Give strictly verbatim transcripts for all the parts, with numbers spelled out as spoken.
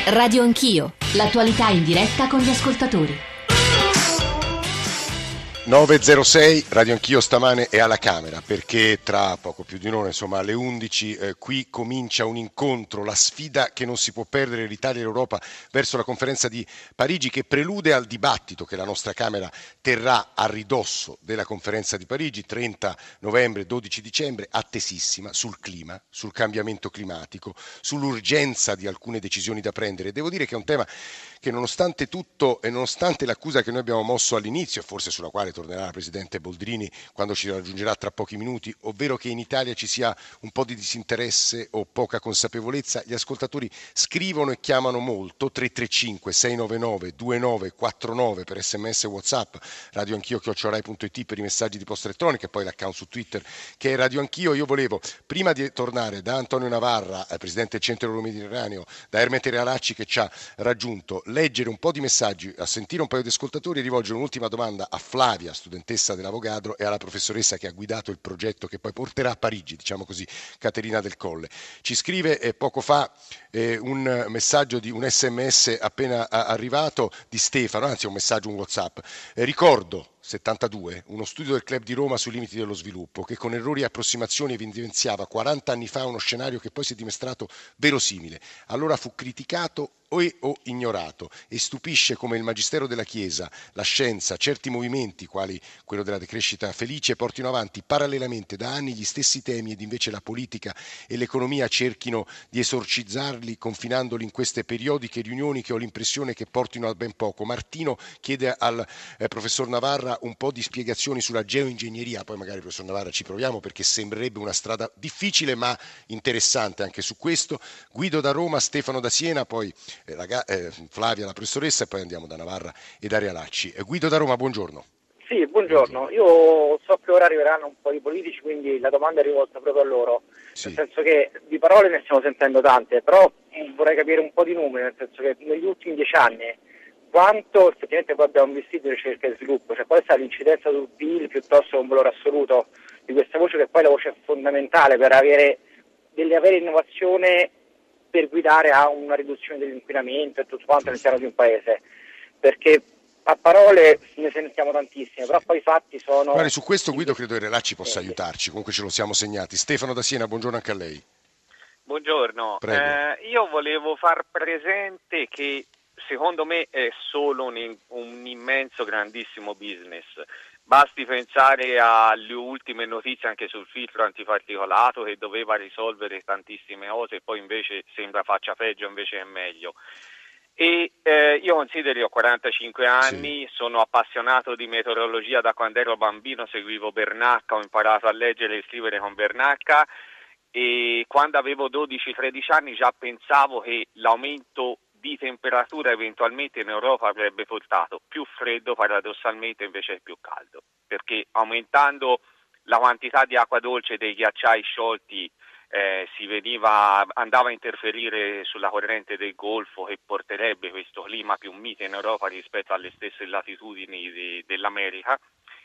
Radio Anch'io, l'attualità in diretta con gli ascoltatori. nove e zero sei, Radio Anch'io stamane è alla Camera, perché tra poco più di un'ora, insomma alle undici, eh, qui comincia un incontro, la sfida che non si può perdere l'Italia e l'Europa verso la conferenza di Parigi, che prelude al dibattito che la nostra Camera terrà a ridosso della conferenza di Parigi, trenta novembre, dodici dicembre, attesissima, sul clima, sul cambiamento climatico, sull'urgenza di alcune decisioni da prendere. Devo dire che è un tema che, nonostante tutto e nonostante l'accusa che noi abbiamo mosso all'inizio, e forse sulla quale tornerà la Presidente Boldrini quando ci raggiungerà tra pochi minuti, ovvero che in Italia ci sia un po' di disinteresse o poca consapevolezza, gli ascoltatori scrivono e chiamano molto. Tre tre cinque sei nove nove due nove quattro nove per sms e WhatsApp, Radio Anch'io chiocciola rai punto it per i messaggi di posta elettronica, e poi l'account su Twitter che è Radio Anch'io. Io volevo, prima di tornare da Antonio Navarra, Presidente del Centro Euro-Mediterraneo, da Ermete Realacci che ci ha raggiunto, leggere un po' di messaggi, a sentire un paio di ascoltatori e rivolgere un'ultima domanda a Flavia, studentessa dell'Avogadro, e alla professoressa che ha guidato il progetto che poi porterà a Parigi, diciamo così, Caterina Del Colle. Ci scrive eh, poco fa eh, un messaggio di un sms appena arrivato di Stefano, anzi un messaggio, un WhatsApp. Eh, ricordo settantadue, uno studio del Club di Roma sui limiti dello sviluppo, che con errori e approssimazioni evidenziava quaranta anni fa uno scenario che poi si è dimostrato verosimile. Allora fu criticato o, o ignorato, e stupisce come il magistero della Chiesa, la scienza, certi movimenti quali quello della decrescita felice portino avanti parallelamente da anni gli stessi temi, ed invece la politica e l'economia cerchino di esorcizzarli, confinandoli in queste periodiche riunioni che ho l'impressione che portino a ben poco. Martino chiede al eh, professor Navarra un po' di spiegazioni sulla geoingegneria, poi magari professor Navarra ci proviamo, perché sembrerebbe una strada difficile ma interessante anche su questo. Guido da Roma, Stefano da Siena, poi eh, raga- eh, Flavia la professoressa, e poi andiamo da Navarra e da Realacci. Eh, Guido da Roma, buongiorno. Sì, buongiorno. Io so che ora arriveranno un po' di politici, quindi la domanda è rivolta proprio a loro, sì. Nel senso che di parole ne stiamo sentendo tante, però vorrei capire un po' di numeri, nel senso che negli ultimi dieci anni quanto effettivamente poi abbiamo investito in ricerca e sviluppo, cioè qual è stata l'incidenza sul P I L piuttosto che un valore assoluto di questa voce, che poi la voce è fondamentale per avere delle avere innovazione per guidare a una riduzione dell'inquinamento e tutto quanto all'interno di un paese, perché a parole ne sentiamo tantissime, però poi i fatti sono... Guardi, su questo Guido credo che Realacci possa sì. aiutarci, comunque ce lo siamo segnati. Stefano da Siena, buongiorno anche a lei. Buongiorno, eh, io volevo far presente che secondo me è solo un, un immenso, grandissimo business. Basti pensare alle ultime notizie anche sul filtro antiparticolato, che doveva risolvere tantissime cose e poi invece sembra faccia peggio, invece è meglio. E eh, io considero, io ho quarantacinque anni, sì. sono appassionato di meteorologia da quando ero bambino, seguivo Bernacca, ho imparato a leggere e scrivere con Bernacca, e quando avevo dodici tredici anni già pensavo che l'aumento di temperatura eventualmente in Europa avrebbe portato più freddo, paradossalmente invece più caldo, perché aumentando la quantità di acqua dolce dei ghiacciai sciolti eh, si veniva, andava a interferire sulla corrente del Golfo, che porterebbe questo clima più mite in Europa rispetto alle stesse latitudini di, dell'America,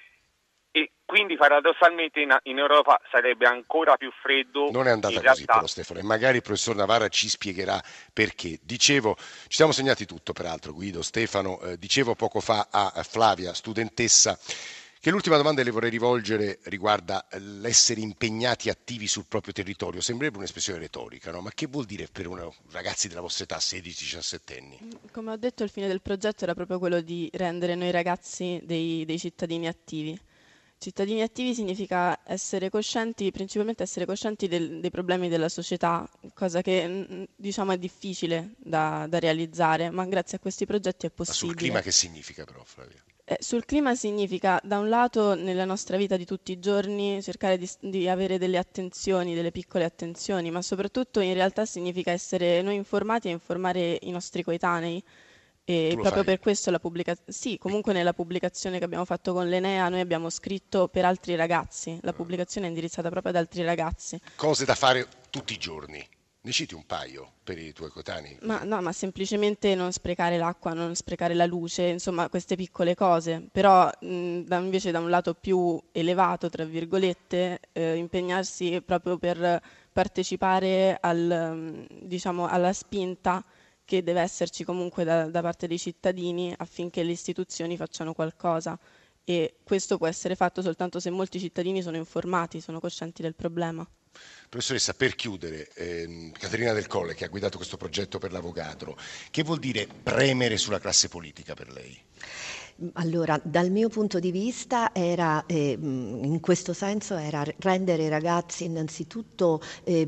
e quindi paradossalmente in, in Europa sarebbe ancora più freddo. Non è andata in così realtà... però, Stefano, e magari il professor Navarra ci spiegherà perché. Dicevo, ci siamo segnati tutto peraltro, Guido, Stefano, eh, dicevo poco fa a Flavia, studentessa, che l'ultima domanda che le vorrei rivolgere riguarda l'essere impegnati attivi sul proprio territorio. Sembrerebbe un'espressione retorica, no? Ma che vuol dire per una, ragazzi della vostra età, sedici diciassette anni? Come ho detto, il fine del progetto era proprio quello di rendere noi ragazzi dei, dei cittadini attivi. Cittadini attivi significa essere coscienti, principalmente essere coscienti del, dei problemi della società, cosa che diciamo è difficile da, da realizzare, ma grazie a questi progetti è possibile. Ma sul clima che significa però, Flavia? Eh, sul clima significa, da un lato, nella nostra vita di tutti i giorni, cercare di, di avere delle attenzioni, delle piccole attenzioni, ma soprattutto in realtà significa essere noi informati e informare i nostri coetanei. E proprio fai? per questo la pubblicazione, sì, comunque nella pubblicazione che abbiamo fatto con l'Enea noi abbiamo scritto per altri ragazzi, la pubblicazione è indirizzata proprio ad altri ragazzi. Cose da fare tutti i giorni, ne citi un paio per i tuoi coetanei? Ma no, ma semplicemente non sprecare l'acqua, non sprecare la luce, insomma queste piccole cose, però mh, da, invece da un lato più elevato, tra virgolette, eh, impegnarsi proprio per partecipare al, diciamo, alla spinta che deve esserci comunque da, da parte dei cittadini affinché le istituzioni facciano qualcosa, e questo può essere fatto soltanto se molti cittadini sono informati, sono coscienti del problema. Professoressa, per chiudere, ehm, Caterina Del Colle, che ha guidato questo progetto per l'Avogadro, che vuol dire premere sulla classe politica per lei? Allora, dal mio punto di vista era, eh, in questo senso, era rendere i ragazzi innanzitutto eh,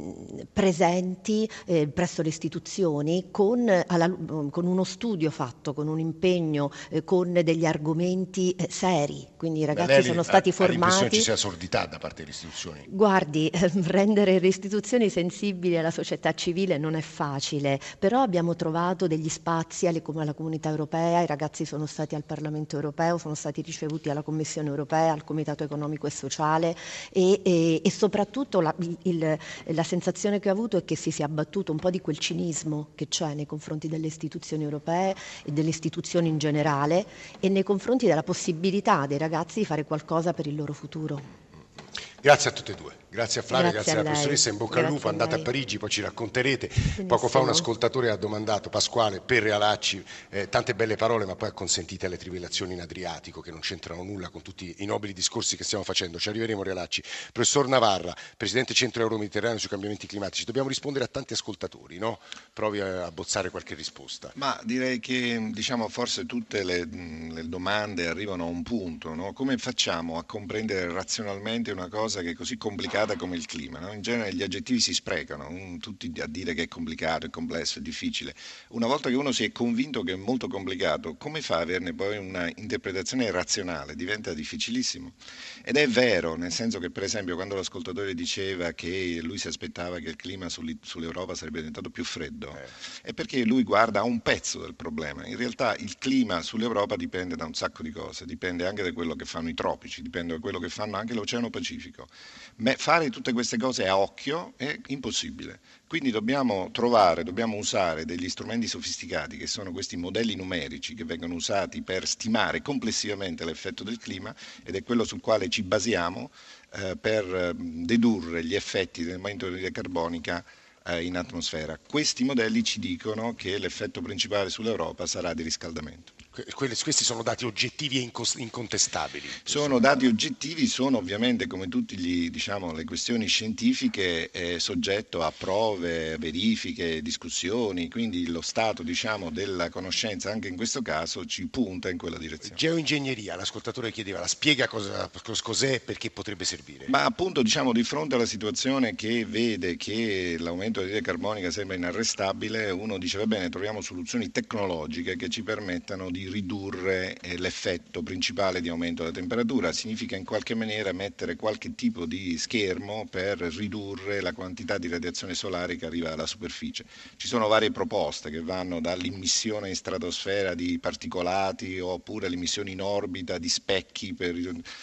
presenti eh, presso le istituzioni con, alla, con uno studio fatto, con un impegno, eh, con degli argomenti eh, seri. Quindi i ragazzi lei, sono stati ha, formati. Ha l'impressione ci sia sordità da parte delle istituzioni? Guardi, eh, rendere le istituzioni sensibili alla società civile non è facile, però abbiamo trovato degli spazi alle, alla comunità europea, i ragazzi sono stati al Parlamento europeo, sono stati ricevuti alla Commissione europea, al Comitato economico e sociale e, e, e soprattutto la, il, la sensazione che ho avuto è che si sia abbattuto un po' di quel cinismo che c'è nei confronti delle istituzioni europee e delle istituzioni in generale e nei confronti della possibilità dei ragazzi di fare qualcosa per il loro futuro. Grazie a tutte e due, grazie a Flavia, grazie, grazie a alla professoressa, in bocca al lupo, andate a Parigi, poi ci racconterete. Benissimo. Poco fa un ascoltatore ha domandato, Pasquale, per Realacci, eh, tante belle parole ma poi acconsentite alle trivellazioni in Adriatico che non c'entrano nulla con tutti i nobili discorsi che stiamo facendo. Ci arriveremo, Realacci. Professor Navarra, Presidente Centro Euro-Mediterraneo sui cambiamenti climatici, dobbiamo rispondere a tanti ascoltatori, no? Provi a bozzare qualche risposta. Ma direi che diciamo, forse tutte le, le domande arrivano a un punto, no? Come facciamo a comprendere razionalmente una cosa che è così complicata come il clima, no? In genere gli aggettivi si sprecano, um, tutti a dire che è complicato, è complesso, è difficile. Una volta che uno si è convinto che è molto complicato, come fa ad averne poi una interpretazione razionale? Diventa difficilissimo. Ed è vero, nel senso che per esempio quando l'ascoltatore diceva che lui si aspettava che il clima sull'Europa sarebbe diventato più freddo, eh. è perché lui guarda a un pezzo del problema. In realtà il clima sull'Europa dipende da un sacco di cose, dipende anche da quello che fanno i tropici, dipende da quello che fanno anche l'Oceano Pacifico. Ma fare tutte queste cose a occhio è impossibile, quindi dobbiamo trovare, dobbiamo usare degli strumenti sofisticati che sono questi modelli numerici che vengono usati per stimare complessivamente l'effetto del clima ed è quello sul quale ci basiamo eh, per dedurre gli effetti dell'aumento dell'anidride carbonica eh, in atmosfera. Questi modelli ci dicono che l'effetto principale sull'Europa sarà di riscaldamento. Questi sono dati oggettivi e incontestabili. Sono dati oggettivi, sono ovviamente come tutte diciamo, le questioni scientifiche eh, soggetto a prove, verifiche, discussioni, quindi lo stato diciamo, della conoscenza anche in questo caso ci punta in quella direzione. Geoingegneria, l'ascoltatore chiedeva, la spiega cosa, cos'è e perché potrebbe servire? Ma appunto diciamo di fronte alla situazione che vede che l'aumento dell'anidride carbonica sembra inarrestabile, uno dice va bene, troviamo soluzioni tecnologiche che ci permettano di ridurre eh, l'effetto principale di aumento della temperatura. Significa in qualche maniera mettere qualche tipo di schermo per ridurre la quantità di radiazione solare che arriva alla superficie. Ci sono varie proposte che vanno dall'immissione in stratosfera di particolati oppure all'immissione in orbita di specchi per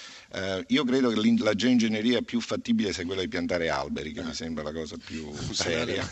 Uh, io credo che la geoingegneria più fattibile sia quella di piantare alberi, che mi sembra la cosa più seria.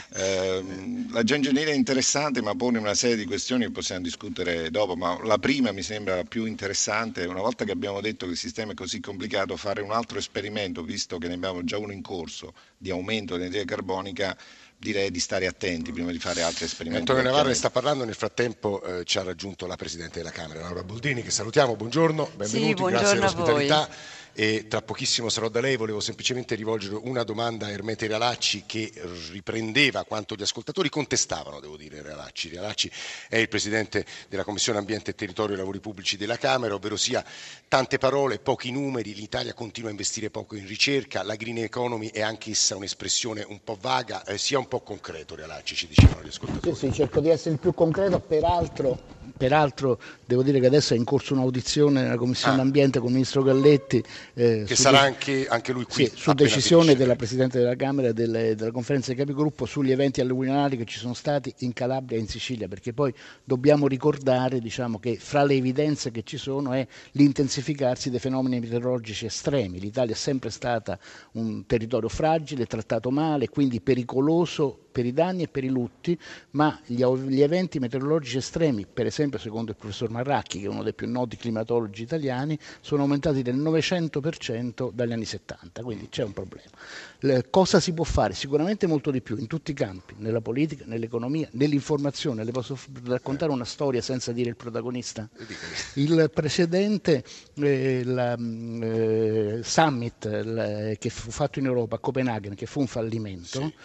Uh, la geoingegneria è interessante, ma pone una serie di questioni che possiamo discutere dopo, ma la prima mi sembra la più interessante. Una volta che abbiamo detto che il sistema è così complicato, fare un altro esperimento, visto che ne abbiamo già uno in corso, di aumento dell'anidride carbonica, direi di stare attenti prima di fare altri esperimenti. Antonio Navarro ne sta parlando, nel frattempo eh, ci ha raggiunto la Presidente della Camera, Laura Boldrini, che salutiamo, buongiorno, benvenuti, sì, buongiorno, grazie dell'ospitalità. E tra pochissimo sarò da lei, volevo semplicemente rivolgere una domanda a Ermete Realacci che riprendeva quanto gli ascoltatori contestavano, devo dire, Realacci. Realacci è il Presidente della Commissione Ambiente e Territorio e Lavori Pubblici della Camera, ovvero sia tante parole, pochi numeri, l'Italia continua a investire poco in ricerca, la green economy è anch'essa un'espressione un po' vaga, eh, sia un po' concreto, Realacci, ci dicevano gli ascoltatori. Sì, sì, cerco di essere il più concreto, peraltro... Peraltro devo dire che adesso è in corso un'audizione nella Commissione ah. Ambiente con il Ministro Galletti. Eh, che sarà de- anche, anche lui qui. Sì, su decisione finisce. della Presidente della Camera e delle, della Conferenza dei Capigruppo sugli eventi alluvionali che ci sono stati in Calabria e in Sicilia, perché poi dobbiamo ricordare diciamo, che fra le evidenze che ci sono è l'intensificarsi dei fenomeni meteorologici estremi. L'Italia è sempre stata un territorio fragile, trattato male, quindi pericoloso per i danni e per i lutti, ma gli, gli eventi meteorologici estremi, per esempio secondo il professor Marracchi, che è uno dei più noti climatologi italiani, sono aumentati del novecento per cento dagli anni settanta, quindi c'è un problema. Le, cosa si può fare? Sicuramente molto di più in tutti i campi, nella politica, nell'economia, nell'informazione. Le posso f- raccontare una storia senza dire il protagonista? Il precedente eh, la, eh, summit la, che fu fatto in Europa a Copenaghen, che fu un fallimento, sì.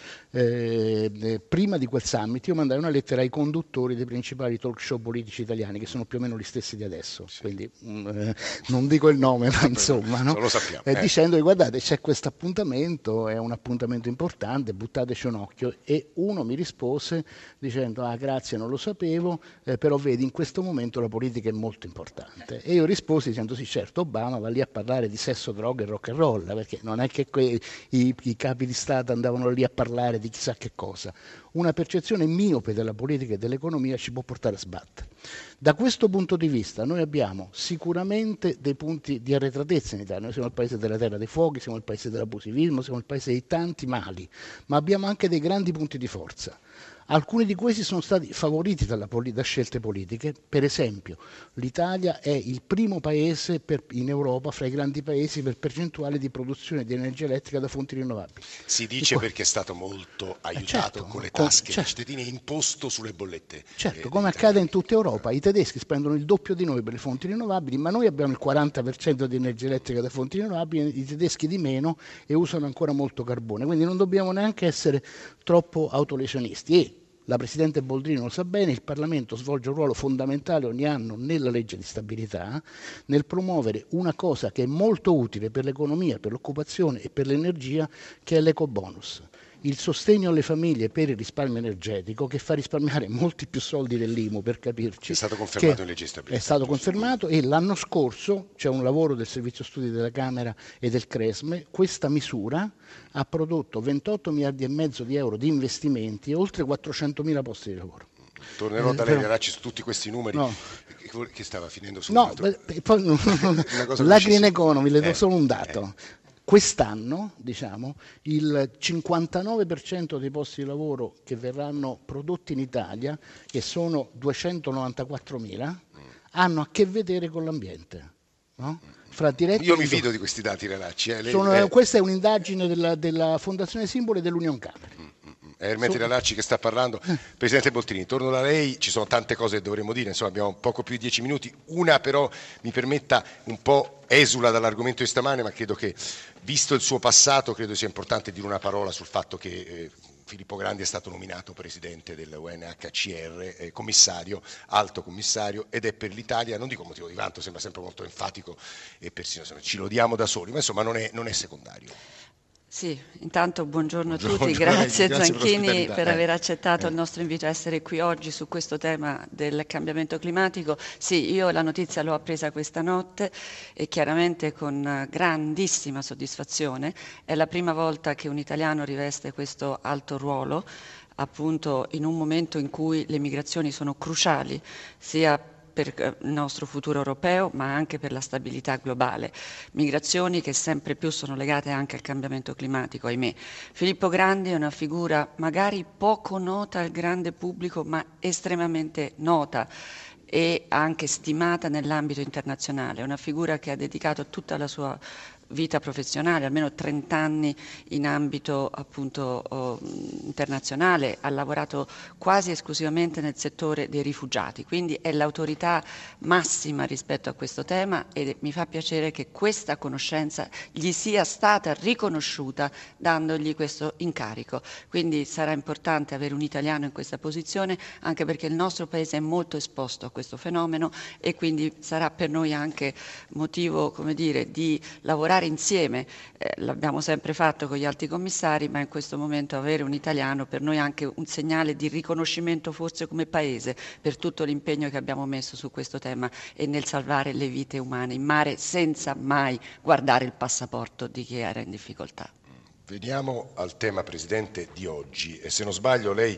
eh, prima di quel summit io mandai una lettera ai conduttori dei principali talk show politici italiani, che sono più o meno gli stessi di adesso, sì. Quindi mh, non dico il nome, ma insomma, no? Lo sappiamo, eh, eh. dicendo guardate c'è questo appuntamento, è un appuntamento importante, buttateci un occhio. E uno mi rispose dicendo ah grazie, non lo sapevo, eh, però vedi in questo momento la politica è molto importante. E io risposi dicendo sì certo, Obama va lì a parlare di sesso, droga e rock and roll, perché non è che que- i, i capi di Stato andavano lì a parlare di chissà che cosa. Una percezione miope della politica e dell'economia ci può portare a sbattere. Da questo punto di vista noi abbiamo sicuramente dei punti di arretratezza in Italia. Noi siamo il paese della terra dei fuochi, siamo il paese dell'abusivismo, siamo il paese di tanti mali, ma abbiamo anche dei grandi punti di forza. Alcuni di questi sono stati favoriti dalla, da scelte politiche. Per esempio, l'Italia è il primo paese per, in Europa fra i grandi paesi per percentuale di produzione di energia elettrica da fonti rinnovabili. Si dice qua, perché è stato molto aiutato eh certo, con le tasche dei cittadini e imposto sulle bollette. Certo, eh, come accade in tutta Europa, i tedeschi spendono il doppio di noi per le fonti rinnovabili, ma noi abbiamo il quaranta per cento di energia elettrica da fonti rinnovabili, i tedeschi di meno e usano ancora molto carbone, quindi non dobbiamo neanche essere troppo autolesionisti. E la Presidente Boldrini lo sa bene, il Parlamento svolge un ruolo fondamentale ogni anno nella legge di stabilità nel promuovere una cosa che è molto utile per l'economia, per l'occupazione e per l'energia, che è l'ecobonus. Il sostegno alle famiglie per il risparmio energetico, che fa risparmiare molti più soldi dell'I M U, per capirci. È stato confermato in legge di stabilità. È stato confermato e l'anno scorso c'è un lavoro del Servizio Studi della Camera e del Cresme. Questa misura ha prodotto ventotto miliardi e mezzo di euro di investimenti e oltre quattrocentomila posti di lavoro. Tornerò da lei, Ragazzi, su tutti questi numeri. No. Che stava finendo su no, un altro. Beh, poi, la Green Economy, le do eh, solo un dato. Eh. Quest'anno, diciamo, il cinquantanove per cento dei posti di lavoro che verranno prodotti in Italia, che sono duecentonovantaquattromila, mm. hanno a che vedere con l'ambiente. No? Fra diretti Io mi fido di questi dati, Relacci. Eh. Sono, eh. Questa è un'indagine della, della Fondazione Simboli e dell'Union Camere. Mm. È Ermete Relacci che sta parlando. Presidente Boldrini, torno da lei, ci sono tante cose che dovremmo dire, insomma abbiamo poco più di dieci minuti, una però mi permetta un po' esula dall'argomento di stamane, ma credo che, visto il suo passato, credo sia importante dire una parola sul fatto che eh, Filippo Grandi è stato nominato presidente dell'U N H C R, eh, commissario, alto commissario, ed è per l'Italia, non dico motivo di vanto, sembra sempre molto enfatico e persino insomma, ci lodiamo da soli, ma insomma non è, non è secondario. Sì, intanto buongiorno a tutti, buongiorno, grazie, grazie Zanchini per, per eh. aver accettato eh. il nostro invito a essere qui oggi su questo tema del cambiamento climatico. Sì, io la notizia l'ho appresa questa notte e chiaramente con grandissima soddisfazione. È la prima volta che un italiano riveste questo alto ruolo, appunto in un momento in cui le migrazioni sono cruciali, sia per il nostro futuro europeo, ma anche per la stabilità globale. Migrazioni che sempre più sono legate anche al cambiamento climatico, ahimè. Filippo Grandi è una figura magari poco nota al grande pubblico, ma estremamente nota e anche stimata nell'ambito internazionale. È una figura che ha dedicato tutta la sua vita professionale, almeno trenta anni in ambito appunto oh, internazionale, ha lavorato quasi esclusivamente nel settore dei rifugiati, quindi è l'autorità massima rispetto a questo tema e mi fa piacere che questa conoscenza gli sia stata riconosciuta dandogli questo incarico. Quindi sarà importante avere un italiano in questa posizione, anche perché il nostro Paese è molto esposto a questo fenomeno e quindi sarà per noi anche motivo, come dire, di lavorare insieme, eh, l'abbiamo sempre fatto con gli altri commissari, ma in questo momento avere un italiano per noi è anche un segnale di riconoscimento forse come Paese per tutto l'impegno che abbiamo messo su questo tema e nel salvare le vite umane in mare senza mai guardare il passaporto di chi era in difficoltà. Veniamo al tema, Presidente, di oggi e se non sbaglio lei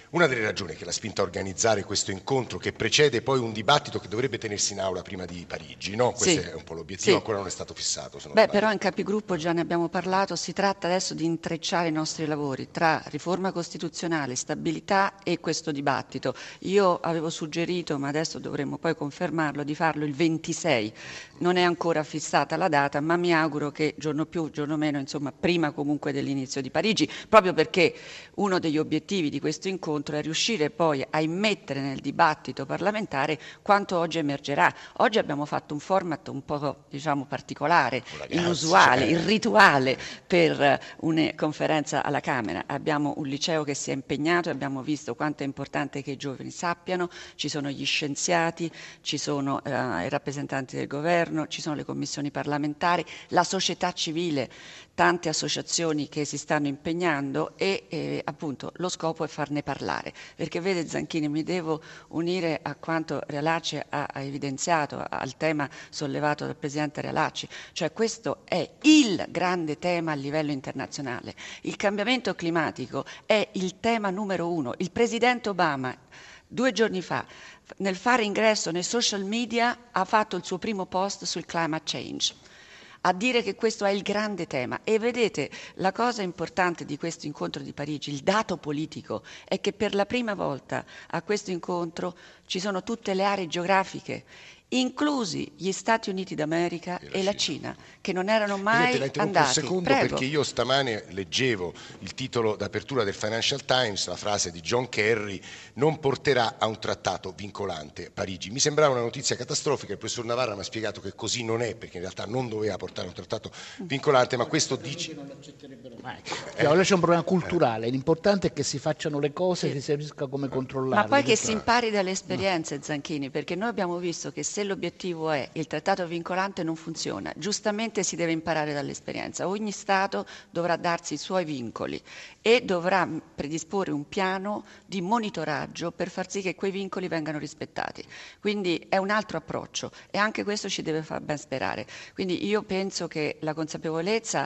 una delle ragioni che l'ha spinta a organizzare questo incontro, che precede poi un dibattito che dovrebbe tenersi in aula prima di Parigi, no? Questo sì. è un po' l'obiettivo, sì. ancora non è stato fissato. Se non Beh, sbaglio. però in capigruppo già ne abbiamo parlato, si tratta adesso di intrecciare i nostri lavori tra riforma costituzionale, stabilità e questo dibattito. Io avevo suggerito, ma adesso dovremmo poi confermarlo, di farlo il ventisei. Non è ancora fissata la data, ma mi auguro che giorno più, giorno meno, insomma, prima comunque dell'inizio di Parigi, proprio perché uno degli obiettivi di questo incontro è riuscire poi a immettere nel dibattito parlamentare quanto oggi emergerà. Oggi abbiamo fatto un format un po', diciamo, particolare, Ragazzi, inusuale, cioè... irrituale per una conferenza alla Camera. Abbiamo un liceo che si è impegnato, abbiamo visto quanto è importante che i giovani sappiano, ci sono gli scienziati, ci sono eh, i rappresentanti del governo, ci sono le commissioni parlamentari, la società civile, tante associazioni che si stanno impegnando e eh, appunto lo scopo è farne parlare. Perché vede Zanchini, mi devo unire a quanto Realacci ha, ha evidenziato, al tema sollevato dal Presidente Realacci, cioè questo è il grande tema a livello internazionale. Il cambiamento climatico è il tema numero uno. Il Presidente Obama due giorni fa, nel fare ingresso nei social media, ha fatto il suo primo post sul climate change, a dire che questo è il grande tema. E vedete, la cosa importante di questo incontro di Parigi, il dato politico, è che per la prima volta a questo incontro ci sono tutte le aree geografiche, inclusi gli Stati Uniti d'America e la Cina, che non erano mai Vedete, la andati. un secondo Prego. Perché io stamane leggevo il titolo d'apertura del Financial Times, la frase di John Kerry: non porterà a un trattato vincolante Parigi. Mi sembrava una notizia catastrofica, il professor Navarra mi ha spiegato che così non è, perché in realtà non doveva portare a un trattato vincolante, ma questo dice... Non l'accetterebbero mai. Eh. Allora c'è un problema culturale, l'importante è che si facciano le cose e che si capisca come controllarle. Ma poi che si impari dalle esperienze, no. Zanchini, perché noi abbiamo visto che se l'obiettivo è il trattato vincolante non funziona, giustamente si deve imparare dall'esperienza. Ogni Stato dovrà darsi i suoi vincoli e dovrà predisporre un piano di monitoraggio per far sì che quei vincoli vengano rispettati. Quindi è un altro approccio e anche questo ci deve far ben sperare. Quindi io penso che la consapevolezza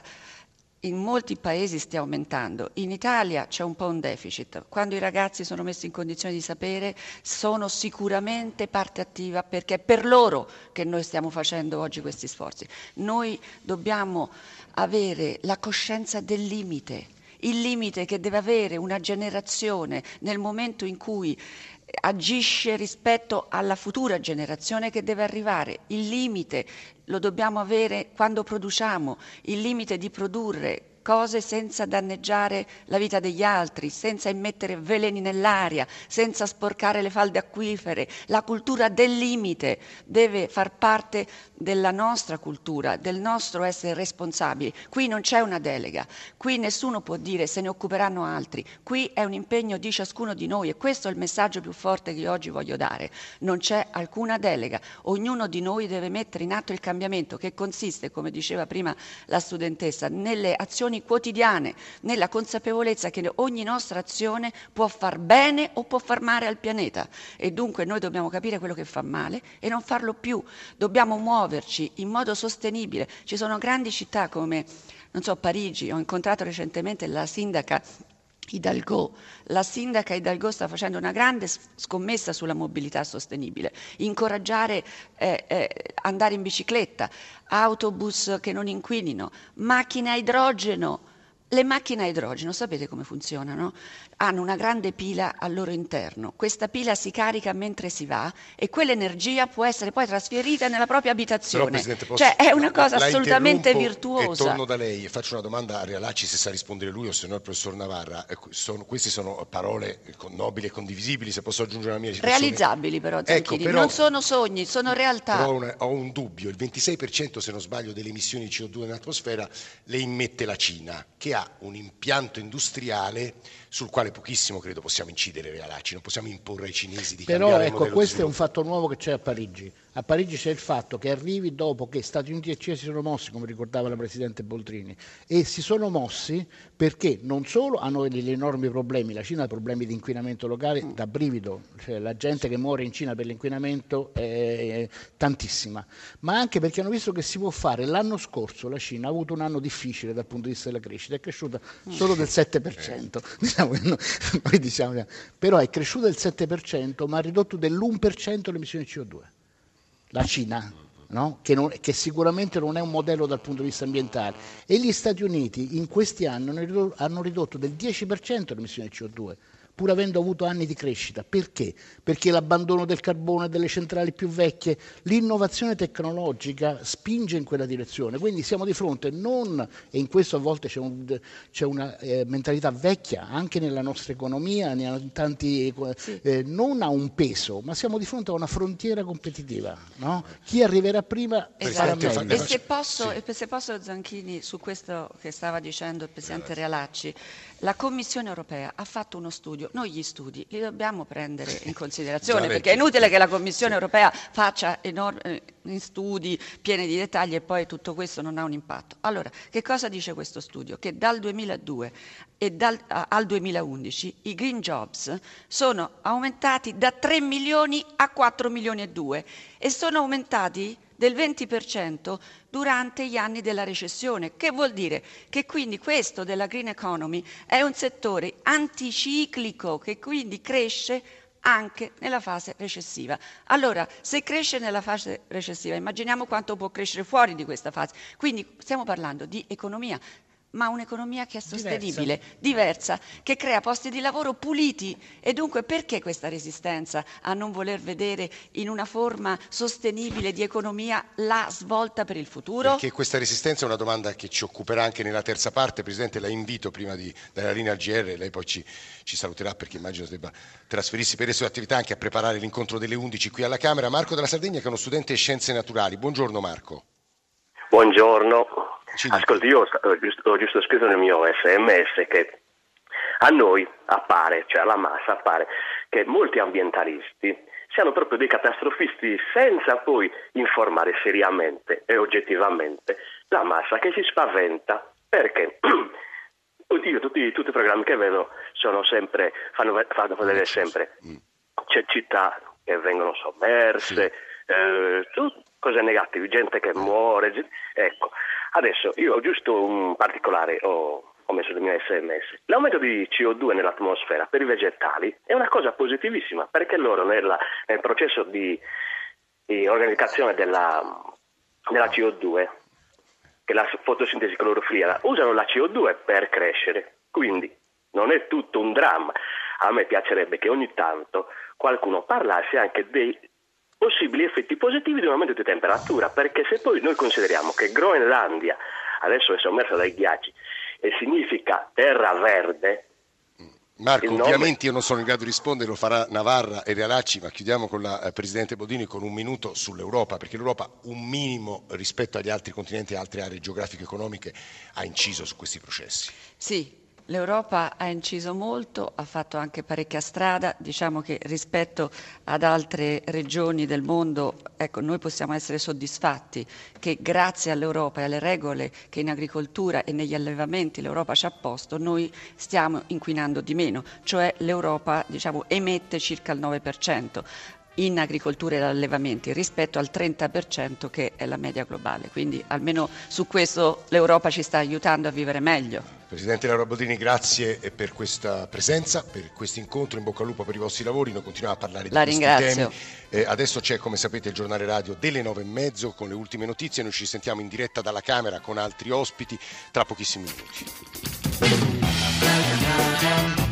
in molti paesi stia aumentando. In Italia c'è un po' un deficit. Quando i ragazzi sono messi in condizione di sapere, sono sicuramente parte attiva, perché è per loro che noi stiamo facendo oggi questi sforzi. Noi dobbiamo avere la coscienza del limite, il limite che deve avere una generazione nel momento in cui agisce rispetto alla futura generazione che deve arrivare. Il limite lo dobbiamo avere quando produciamo, il limite di produrre cose senza danneggiare la vita degli altri, senza immettere veleni nell'aria, senza sporcare le falde acquifere. La cultura del limite deve far parte della nostra cultura, del nostro essere responsabili. Qui non c'è una delega, qui nessuno può dire se ne occuperanno altri, qui è un impegno di ciascuno di noi e questo è il messaggio più forte che io oggi voglio dare. Non c'è alcuna delega, ognuno di noi deve mettere in atto il cambiamento che consiste, come diceva prima la studentessa, nelle azioni quotidiane, nella consapevolezza che ogni nostra azione può far bene o può far male al pianeta e dunque noi dobbiamo capire quello che fa male e non farlo più. Dobbiamo muoverci in modo sostenibile. Ci sono grandi città come, non so, Parigi. Ho incontrato recentemente la sindaca Hidalgo. La sindaca Hidalgo sta facendo una grande scommessa sulla mobilità sostenibile, incoraggiare eh, eh, andare in bicicletta, autobus che non inquinino, macchine a idrogeno. Le macchine a idrogeno, sapete come funzionano? Hanno una grande pila al loro interno. Questa pila si carica mentre si va e quell'energia può essere poi trasferita nella propria abitazione. Però, Presidente, posso... Cioè è una la, cosa la assolutamente virtuosa. E torno da lei e faccio una domanda a Realacci, se sa rispondere lui o se no il professor Navarra. Sono, queste sono parole nobili e condivisibili, se posso aggiungere la mia riflessione. Realizzabili però, Zanchini. Ecco, però, non sono sogni, sono realtà. Però una, ho un dubbio, il ventisei per cento se non sbaglio delle emissioni di C O due nell'atmosfera le immette la Cina, che ha un impianto industriale sul quale pochissimo credo possiamo incidere, Realacci, non possiamo imporre ai cinesi di Però, cambiare il ecco, modello questo di è un fatto nuovo che c'è a Parigi. A Parigi c'è il fatto che arrivi dopo che Stati Uniti e Cina si sono mossi, come ricordava la Presidente Boldrini, e si sono mossi perché non solo hanno degli enormi problemi, la Cina ha problemi di inquinamento locale da brivido, cioè la gente che muore in Cina per l'inquinamento è tantissima, ma anche perché hanno visto che si può fare. L'anno scorso la Cina ha avuto un anno difficile dal punto di vista della crescita, è cresciuta solo del sette per cento, diciamo che non noi diciamo, però è cresciuto del sette per cento ma ha ridotto dell'uno per cento le emissioni di C O due. La Cina, no? che, non, che sicuramente non è un modello dal punto di vista ambientale, e gli Stati Uniti in questi anni hanno ridotto, hanno ridotto del dieci per cento le emissioni di C O due, pur avendo avuto anni di crescita. Perché? Perché l'abbandono del carbone, delle centrali più vecchie, l'innovazione tecnologica spinge in quella direzione. Quindi siamo di fronte non, e in questo a volte c'è, un, c'è una eh, mentalità vecchia anche nella nostra economia, in tanti, sì. eh, non ha un peso, ma siamo di fronte a una frontiera competitiva, no? Chi arriverà prima sarà meglio. E se posso, sì. e se posso Zanchini, su questo che stava dicendo il Presidente Realacci, la Commissione europea ha fatto uno studio. Noi gli studi li dobbiamo prendere in considerazione, perché è inutile che la Commissione europea faccia enormi studi pieni di dettagli e poi tutto questo non ha un impatto. Allora, che cosa dice questo studio? Che dal duemiladue e dal, a, al duemilaundici i green jobs sono aumentati da tre milioni a quattro milioni e due e sono aumentati del venti per cento durante gli anni della recessione, che vuol dire che quindi questo della green economy è un settore anticiclico che quindi cresce anche nella fase recessiva. Allora, se cresce nella fase recessiva, immaginiamo quanto può crescere fuori di questa fase. Quindi stiamo parlando di economia, ma un'economia che è sostenibile, diversa, diversa, che crea posti di lavoro puliti. E dunque perché questa resistenza a non voler vedere in una forma sostenibile di economia la svolta per il futuro? Perché questa resistenza è una domanda che ci occuperà anche nella terza parte. Presidente, la invito prima di dare la linea al G R, lei poi ci, ci saluterà perché immagino debba trasferirsi per le sue attività anche a preparare l'incontro delle undici qui alla Camera. Marco della Sardegna, che è uno studente di scienze naturali. Buongiorno Marco. Buongiorno. Ascolti, io ho giusto, ho giusto scritto nel mio S M S che a noi appare, cioè alla massa appare, che molti ambientalisti siano proprio dei catastrofisti senza poi informare seriamente e oggettivamente la massa che si spaventa perché io tutti, tutti i programmi che vedo sono sempre, fanno, fanno vedere sempre c'è città che vengono sommerse, eh, cose negative, gente che muore, ecco. Adesso io ho giusto un particolare, ho, ho messo nel mio S M S. L'aumento di C O due nell'atmosfera per i vegetali è una cosa positivissima perché loro nella, nel processo di, di organizzazione della, della C O due, che è la fotosintesi clorofilla, usano la C O due per crescere. Quindi non è tutto un dramma. A me piacerebbe che ogni tanto qualcuno parlasse anche dei possibili effetti positivi di un aumento di temperatura, perché se poi noi consideriamo che Groenlandia adesso è sommersa dai ghiacci e significa terra verde. Marco, nome... ovviamente io non sono in grado di rispondere, lo farà Navarra e Realacci, ma chiudiamo con la eh, Presidente Bodini con un minuto sull'Europa, perché l'Europa un minimo rispetto agli altri continenti e altre aree geografiche e economiche ha inciso su questi processi. Sì. L'Europa ha inciso molto, ha fatto anche parecchia strada, diciamo che rispetto ad altre regioni del mondo, ecco, noi possiamo essere soddisfatti che grazie all'Europa e alle regole che in agricoltura e negli allevamenti l'Europa ci ha posto, noi stiamo inquinando di meno, cioè l'Europa, diciamo, emette circa il nove per cento in agricoltura e allevamenti rispetto al trenta per cento che è la media globale, quindi almeno su questo l'Europa ci sta aiutando a vivere meglio. Presidente Laura Bodini, grazie per questa presenza, per questo incontro, in bocca al lupo per i vostri lavori, noi continuiamo a parlare di La questi ringrazio. temi. Eh, adesso c'è, come sapete, il giornale radio delle nove e mezzo con le ultime notizie, noi ci sentiamo in diretta dalla Camera con altri ospiti tra pochissimi minuti.